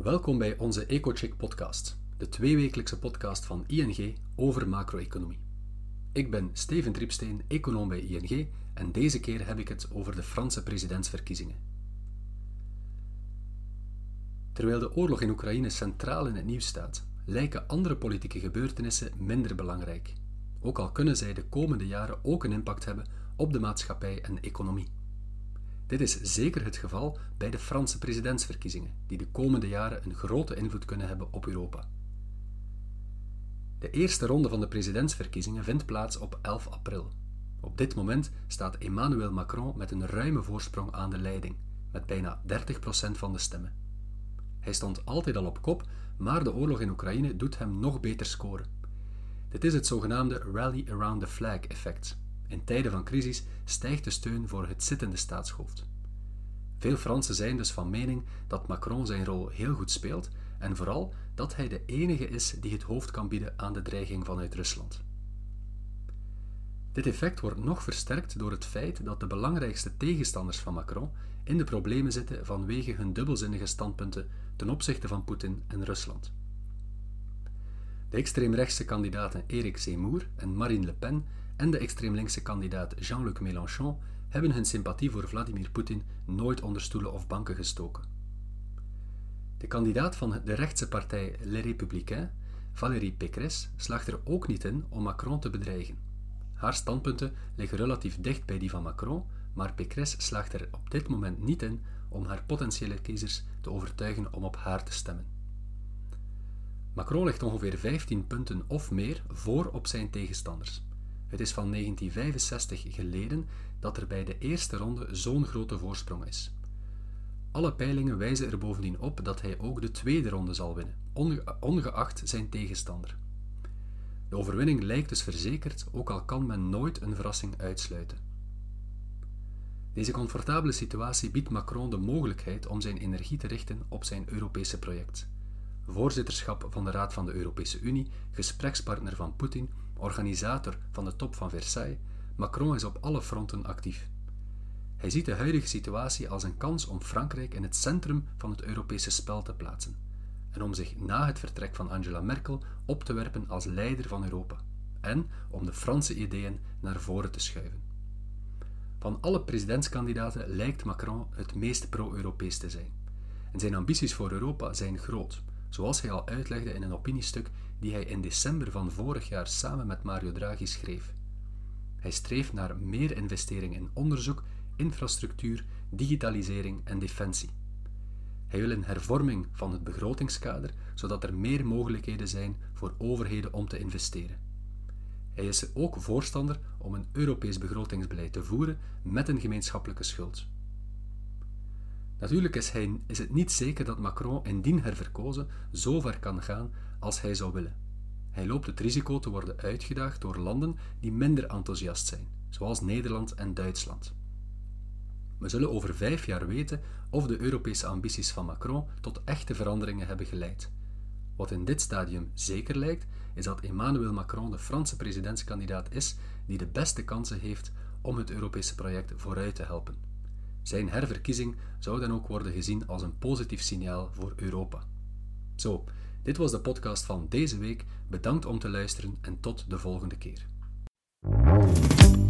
Welkom bij onze EcoCheck podcast, de tweewekelijkse podcast van ING over macro-economie. Ik ben Steven Driepsteen, econoom bij ING en deze keer heb ik het over de Franse presidentsverkiezingen. Terwijl de oorlog in Oekraïne centraal in het nieuws staat, lijken andere politieke gebeurtenissen minder belangrijk, ook al kunnen zij de komende jaren ook een impact hebben op de maatschappij en economie. Dit is zeker het geval bij de Franse presidentsverkiezingen, die de komende jaren een grote invloed kunnen hebben op Europa. De eerste ronde van de presidentsverkiezingen vindt plaats op 11 april. Op dit moment staat Emmanuel Macron met een ruime voorsprong aan de leiding, met bijna 30% van de stemmen. Hij stond altijd al op kop, maar de oorlog in Oekraïne doet hem nog beter scoren. Dit is het zogenaamde Rally Around the Flag effect. In tijden van crisis stijgt de steun voor het zittende staatshoofd. Veel Fransen zijn dus van mening dat Macron zijn rol heel goed speelt en vooral dat hij de enige is die het hoofd kan bieden aan de dreiging vanuit Rusland. Dit effect wordt nog versterkt door het feit dat de belangrijkste tegenstanders van Macron in de problemen zitten vanwege hun dubbelzinnige standpunten ten opzichte van Poetin en Rusland. De extreemrechtse kandidaten Éric Zemmour en Marine Le Pen en de extreemlinkse kandidaat Jean-Luc Mélenchon hebben hun sympathie voor Vladimir Poetin nooit onder stoelen of banken gestoken. De kandidaat van de rechtse partij Les Républicains, Valérie Pécresse, slaagt er ook niet in om Macron te bedreigen. Haar standpunten liggen relatief dicht bij die van Macron, maar Pécresse slaagt er op dit moment niet in om haar potentiële kiezers te overtuigen om op haar te stemmen. Macron ligt ongeveer 15 punten of meer voor op zijn tegenstanders. Het is van 1965 geleden dat er bij de eerste ronde zo'n grote voorsprong is. Alle peilingen wijzen er bovendien op dat hij ook de tweede ronde zal winnen, ongeacht zijn tegenstander. De overwinning lijkt dus verzekerd, ook al kan men nooit een verrassing uitsluiten. Deze comfortabele situatie biedt Macron de mogelijkheid om zijn energie te richten op zijn Europese project. Voorzitterschap van de Raad van de Europese Unie, gesprekspartner van Poetin, organisator van de top van Versailles, Macron is op alle fronten actief. Hij ziet de huidige situatie als een kans om Frankrijk in het centrum van het Europese spel te plaatsen en om zich na het vertrek van Angela Merkel op te werpen als leider van Europa en om de Franse ideeën naar voren te schuiven. Van alle presidentskandidaten lijkt Macron het meest pro-Europees te zijn en zijn ambities voor Europa zijn groot, zoals hij al uitlegde in een opiniestuk die hij in december van vorig jaar samen met Mario Draghi schreef. Hij streeft naar meer investering in onderzoek, infrastructuur, digitalisering en defensie. Hij wil een hervorming van het begrotingskader, zodat er meer mogelijkheden zijn voor overheden om te investeren. Hij is er ook voorstander om een Europees begrotingsbeleid te voeren met een gemeenschappelijke schuld. Natuurlijk is het niet zeker dat Macron, indien herverkozen, zo ver kan gaan als hij zou willen. Hij loopt het risico te worden uitgedaagd door landen die minder enthousiast zijn, zoals Nederland en Duitsland. We zullen over 5 jaar weten of de Europese ambities van Macron tot echte veranderingen hebben geleid. Wat in dit stadium zeker lijkt, is dat Emmanuel Macron de Franse presidentskandidaat is die de beste kansen heeft om het Europese project vooruit te helpen. Zijn herverkiezing zou dan ook worden gezien als een positief signaal voor Europa. Zo, dit was de podcast van deze week. Bedankt om te luisteren en tot de volgende keer.